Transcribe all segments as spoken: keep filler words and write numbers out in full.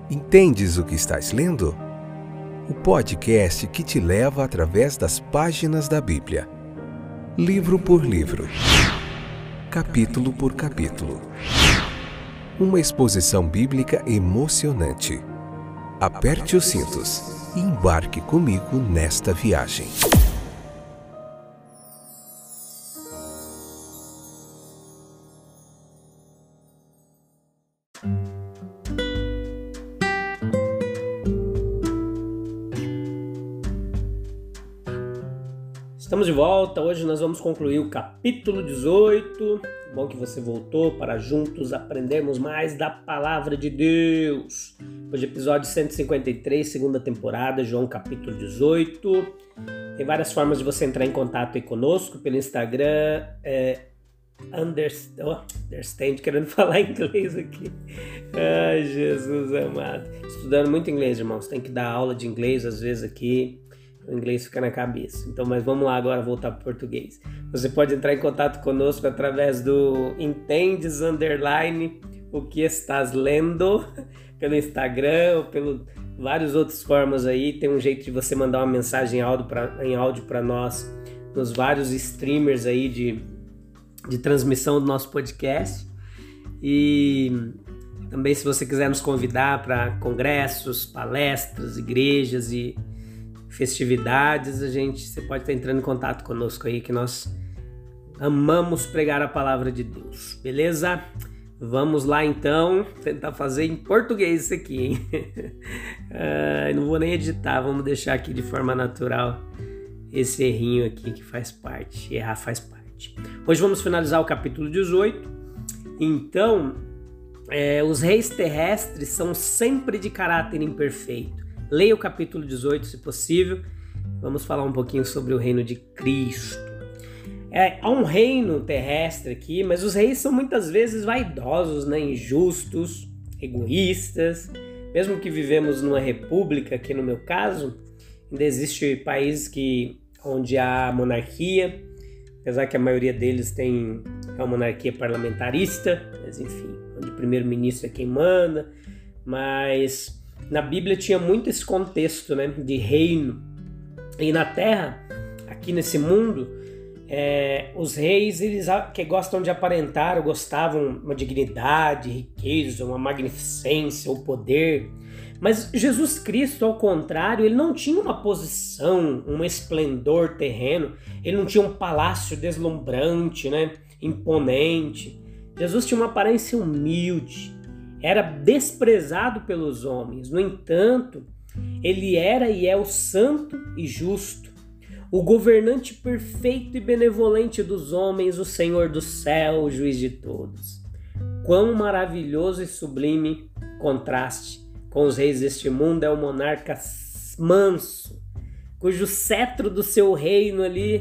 Entendes o que estás lendo? O podcast que te leva através das páginas da Bíblia, livro por livro, capítulo por capítulo. Uma exposição bíblica emocionante. Aperte os cintos e embarque comigo nesta viagem. Estamos de volta, hoje nós vamos concluir o capítulo dezoito. Bom que você voltou para juntos aprendermos mais da Palavra de Deus. Hoje episódio cento e cinquenta e três, segunda temporada, João capítulo dezoito. Tem várias formas de você entrar em contato aí conosco, pelo Instagram, é, understand, oh, understand, querendo falar inglês aqui. Ai, Jesus amado. Estudando muito inglês, irmãos, tem que dar aula de inglês às vezes aqui. O inglês fica na cabeça. Então, mas vamos lá agora voltar para o português. Você pode entrar em contato conosco através do Entendes Underline o que estás lendo pelo Instagram ou pelo várias outras formas aí. Tem um jeito de você mandar uma mensagem em áudio para em áudio para nós nos vários streamers aí de, de transmissão do nosso podcast. E também se você quiser nos convidar para congressos, palestras, igrejas e festividades, a gente, você pode estar entrando em contato conosco aí, que nós amamos pregar a palavra de Deus, beleza? Vamos lá então, tentar fazer em português isso aqui, hein? ah, não vou nem editar, vamos deixar aqui de forma natural esse errinho aqui que faz parte, errar faz parte. Hoje vamos finalizar o capítulo dezoito, então, é, os reis terrestres são sempre de caráter imperfeito. Leia o capítulo dezoito, se possível. Vamos falar um pouquinho sobre o reino de Cristo. É, há um reino terrestre aqui, mas os reis são muitas vezes vaidosos, né? Injustos, egoístas. Mesmo que vivemos numa república, aqui no meu caso, ainda existe países que, onde há monarquia, apesar que a maioria deles tem é uma monarquia parlamentarista, mas enfim, onde o primeiro-ministro é quem manda, mas na Bíblia tinha muito esse contexto, né, de reino. E na Terra, aqui nesse mundo, é, os reis eles que gostam de aparentar, ou gostavam uma dignidade, riqueza, uma magnificência, o poder. Mas Jesus Cristo, ao contrário, ele não tinha uma posição, um esplendor terreno. Ele não tinha um palácio deslumbrante, né, imponente. Jesus tinha uma aparência humilde. Era desprezado pelos homens. No entanto, ele era e é o santo e justo, o governante perfeito e benevolente dos homens, o Senhor do céu, o juiz de todos. Quão maravilhoso e sublime contraste com os reis deste mundo é o monarca manso, cujo cetro do seu reino ali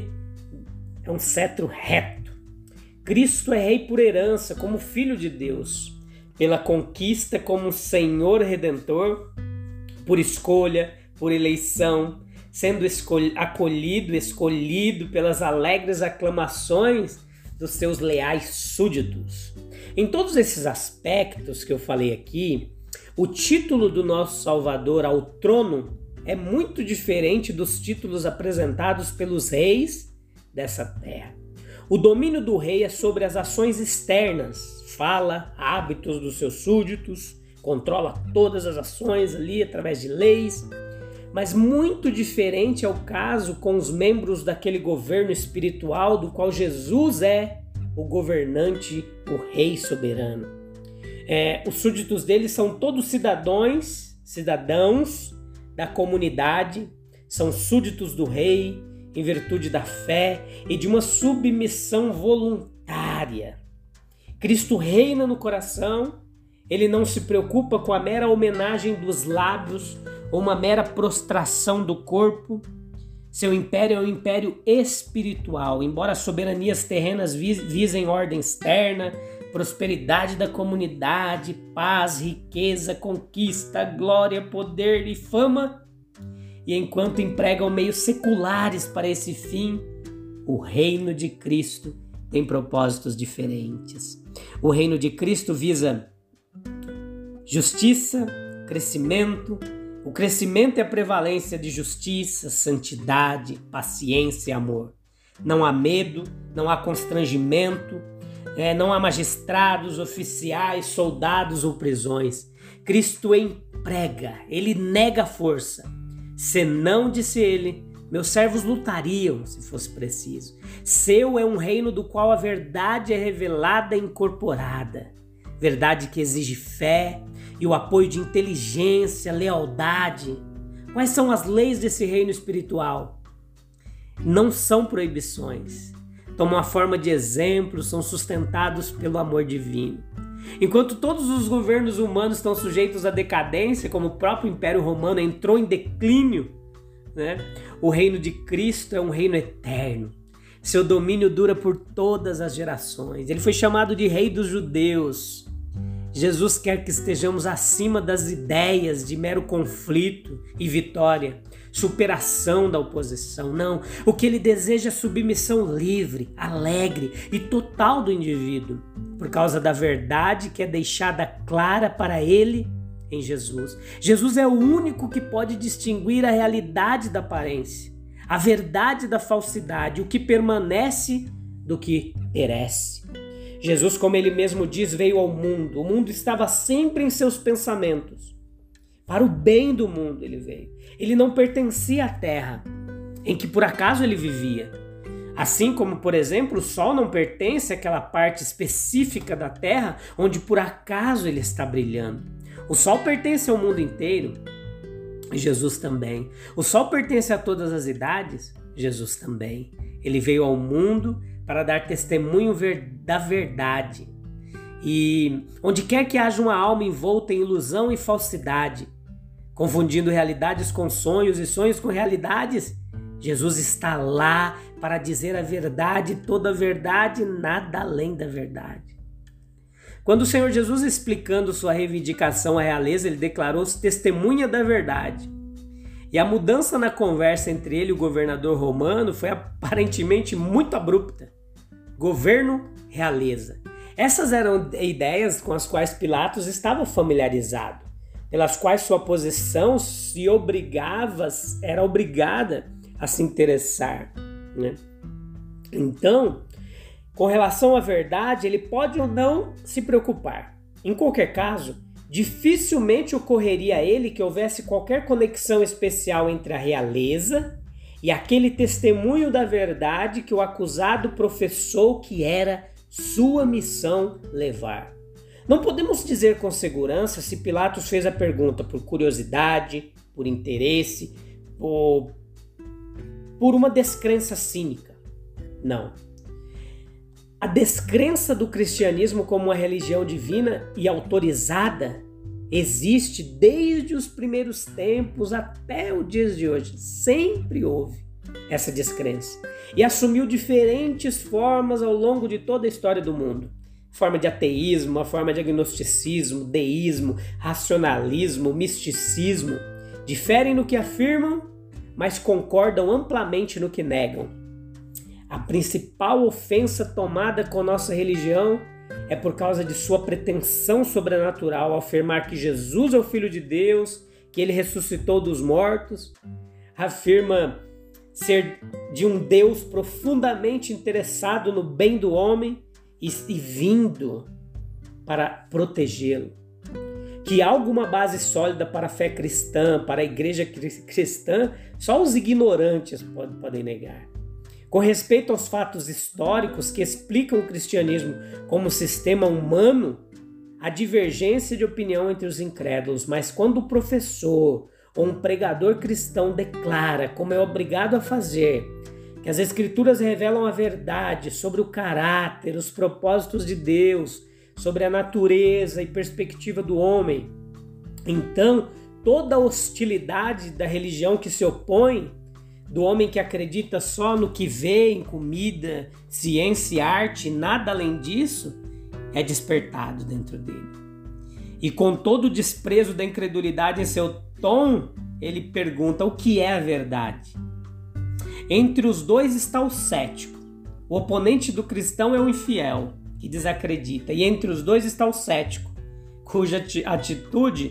é um cetro reto. Cristo é rei por herança, como filho de Deus, pela conquista como Senhor Redentor, por escolha, por eleição, sendo escol- acolhido, escolhido pelas alegres aclamações dos seus leais súditos. Em todos esses aspectos que eu falei aqui, o título do nosso Salvador ao trono é muito diferente dos títulos apresentados pelos reis dessa terra. O domínio do rei é sobre as ações externas, fala, hábitos dos seus súditos, controla todas as ações ali através de leis, mas muito diferente é o caso com os membros daquele governo espiritual do qual Jesus é o governante, o rei soberano. É, os súditos dele são todos cidadãos, cidadãos da comunidade, são súditos do rei em virtude da fé e de uma submissão voluntária. Cristo reina no coração, ele não se preocupa com a mera homenagem dos lábios ou uma mera prostração do corpo. Seu império é um império espiritual, embora as soberanias terrenas visem ordem externa, prosperidade da comunidade, paz, riqueza, conquista, glória, poder e fama. E enquanto empregam meios seculares para esse fim, o reino de Cristo tem propósitos diferentes. O reino de Cristo visa justiça, crescimento. O crescimento é a prevalência de justiça, santidade, paciência e amor. Não há medo, não há constrangimento, é, não há magistrados, oficiais, soldados ou prisões. Cristo emprega, ele nega a força. Senão, disse ele, meus servos lutariam, se fosse preciso. Seu é um reino do qual a verdade é revelada e incorporada. Verdade que exige fé e o apoio de inteligência, lealdade. Quais são as leis desse reino espiritual? Não são proibições. Tomam a forma de exemplo, são sustentados pelo amor divino. Enquanto todos os governos humanos estão sujeitos à decadência, como o próprio Império Romano entrou em declínio, né? O reino de Cristo é um reino eterno. Seu domínio dura por todas as gerações. Ele foi chamado de Rei dos Judeus. Jesus quer que estejamos acima das ideias de mero conflito e vitória, superação da oposição. Não, o que ele deseja é submissão livre, alegre e total do indivíduo, por causa da verdade que é deixada clara para ele em Jesus. Jesus é o único que pode distinguir a realidade da aparência, a verdade da falsidade, o que permanece do que perece. Jesus, como ele mesmo diz, veio ao mundo. O mundo estava sempre em seus pensamentos. Para o bem do mundo ele veio. Ele não pertencia à terra, em que por acaso ele vivia. Assim como, por exemplo, o sol não pertence àquela parte específica da terra onde por acaso ele está brilhando. O sol pertence ao mundo inteiro. Jesus também. O sol pertence a todas as idades. Jesus também. Ele veio ao mundo para dar testemunho da verdade. E onde quer que haja uma alma envolta em ilusão e falsidade, confundindo realidades com sonhos e sonhos com realidades, Jesus está lá para dizer a verdade, toda a verdade, nada além da verdade. Quando o Senhor Jesus, explicando sua reivindicação à realeza, ele declarou-se testemunha da verdade. E a mudança na conversa entre ele e o governador romano foi aparentemente muito abrupta. Governo, realeza. Essas eram ideias com as quais Pilatos estava familiarizado, pelas quais sua posição se obrigava, era obrigada a se interessar, né? Então, com relação à verdade, ele pode ou não se preocupar. Em qualquer caso, dificilmente ocorreria a ele que houvesse qualquer conexão especial entre a realeza e aquele testemunho da verdade que o acusado professou que era sua missão levar. Não podemos dizer com segurança se Pilatos fez a pergunta por curiosidade, por interesse ou por uma descrença cínica. Não. A descrença do cristianismo como uma religião divina e autorizada existe desde os primeiros tempos até os dias de hoje. Sempre houve essa descrença. E assumiu diferentes formas ao longo de toda a história do mundo. Forma de ateísmo, a forma de agnosticismo, deísmo, racionalismo, misticismo. Diferem no que afirmam, mas concordam amplamente no que negam. A principal ofensa tomada com nossa religião é por causa de sua pretensão sobrenatural ao afirmar que Jesus é o Filho de Deus, que ele ressuscitou dos mortos. Afirma ser de um Deus profundamente interessado no bem do homem e, e vindo para protegê-lo. Que há alguma base sólida para a fé cristã, para a igreja cristã, só os ignorantes podem negar. Com respeito aos fatos históricos que explicam o cristianismo como sistema humano, há divergência de opinião entre os incrédulos, mas quando o professor ou um pregador cristão declara, como é obrigado a fazer, que as Escrituras revelam a verdade sobre o caráter, os propósitos de Deus, sobre a natureza e perspectiva do homem, então toda a hostilidade da religião que se opõe, do homem que acredita só no que vê em comida, ciência e arte, nada além disso, é despertado dentro dele. E com todo o desprezo da incredulidade em seu tom, ele pergunta o que é a verdade. Entre os dois está o cético. O oponente do cristão é o infiel, que desacredita. E entre os dois está o cético, cuja atitude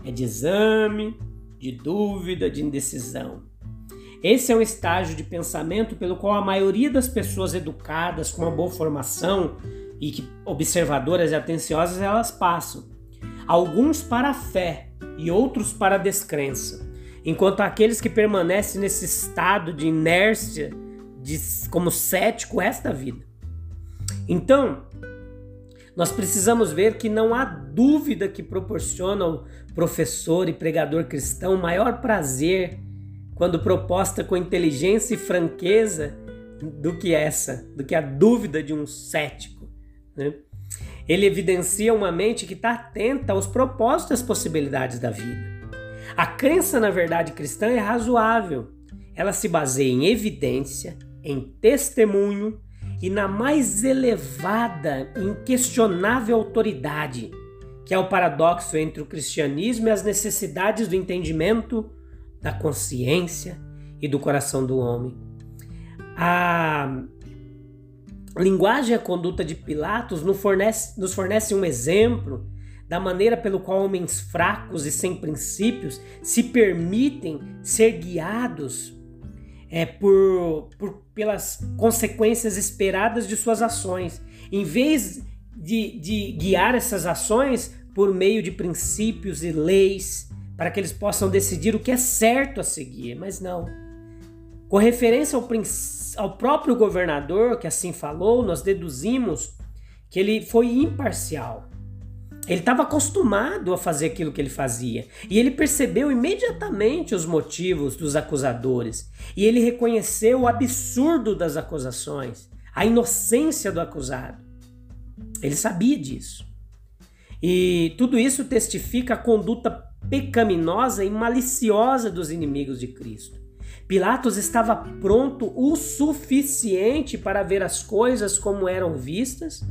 é de exame, de dúvida, de indecisão. Esse é um estágio de pensamento pelo qual a maioria das pessoas educadas, com uma boa formação e que, observadoras e atenciosas, elas passam. Alguns para a fé e outros para a descrença, enquanto aqueles que permanecem nesse estado de inércia, de, como cético, o resto da vida. Então, nós precisamos ver que não há dúvida que proporciona ao professor e pregador cristão maior prazer quando proposta com inteligência e franqueza do que essa, do que a dúvida de um cético, né? Ele evidencia uma mente que está atenta aos propósitos e às possibilidades da vida. A crença na verdade cristã é razoável. Ela se baseia em evidência, em testemunho e na mais elevada e inquestionável autoridade, que é o paradoxo entre o cristianismo e as necessidades do entendimento, da consciência e do coração do homem. A linguagem e a conduta de Pilatos nos fornece, nos fornece um exemplo da maneira pelo qual homens fracos e sem princípios se permitem ser guiados é, por, por, pelas consequências esperadas de suas ações, em vez de, de guiar essas ações por meio de princípios e leis, para que eles possam decidir o que é certo a seguir, mas não. Com referência ao, ao próprio governador, que assim falou, nós deduzimos que ele foi imparcial. Ele estava acostumado a fazer aquilo que ele fazia. E ele percebeu imediatamente os motivos dos acusadores. E ele reconheceu o absurdo das acusações, a inocência do acusado. Ele sabia disso. E tudo isso testifica a conduta pecaminosa e maliciosa dos inimigos de Cristo. Pilatos estava pronto o suficiente para ver as coisas como eram vistas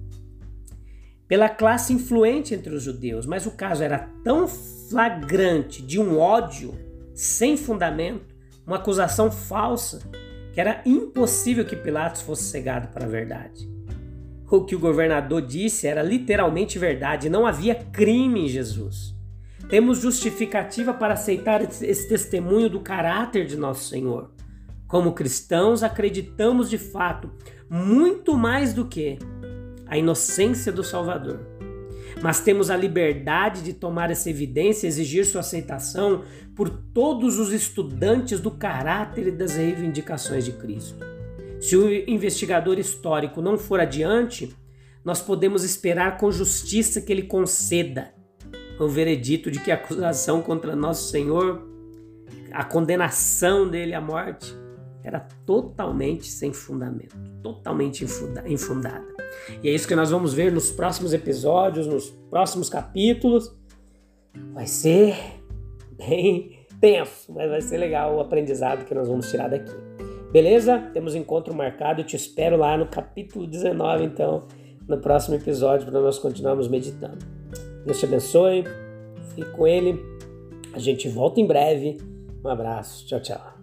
pela classe influente entre os judeus, mas o caso era tão flagrante de um ódio sem fundamento, uma acusação falsa, que era impossível que Pilatos fosse cegado para a verdade. O que o governador disse era literalmente verdade, não havia crime em Jesus. Temos justificativa para aceitar esse testemunho do caráter de nosso Senhor. Como cristãos, acreditamos de fato muito mais do que a inocência do Salvador. Mas temos a liberdade de tomar essa evidência e exigir sua aceitação por todos os estudantes do caráter e das reivindicações de Cristo. Se o investigador histórico não for adiante, nós podemos esperar com justiça que ele conceda o veredito de que a acusação contra nosso Senhor, a condenação dele à morte, era totalmente sem fundamento, totalmente infundada. E é isso que nós vamos ver nos próximos episódios, nos próximos capítulos. Vai ser bem tenso, mas vai ser legal o aprendizado que nós vamos tirar daqui. Beleza? Temos encontro marcado. Eu te espero lá no capítulo dezenove, então, no próximo episódio, para nós continuarmos meditando. Deus te abençoe. Fique com ele. A gente volta em breve. Um abraço. Tchau, tchau.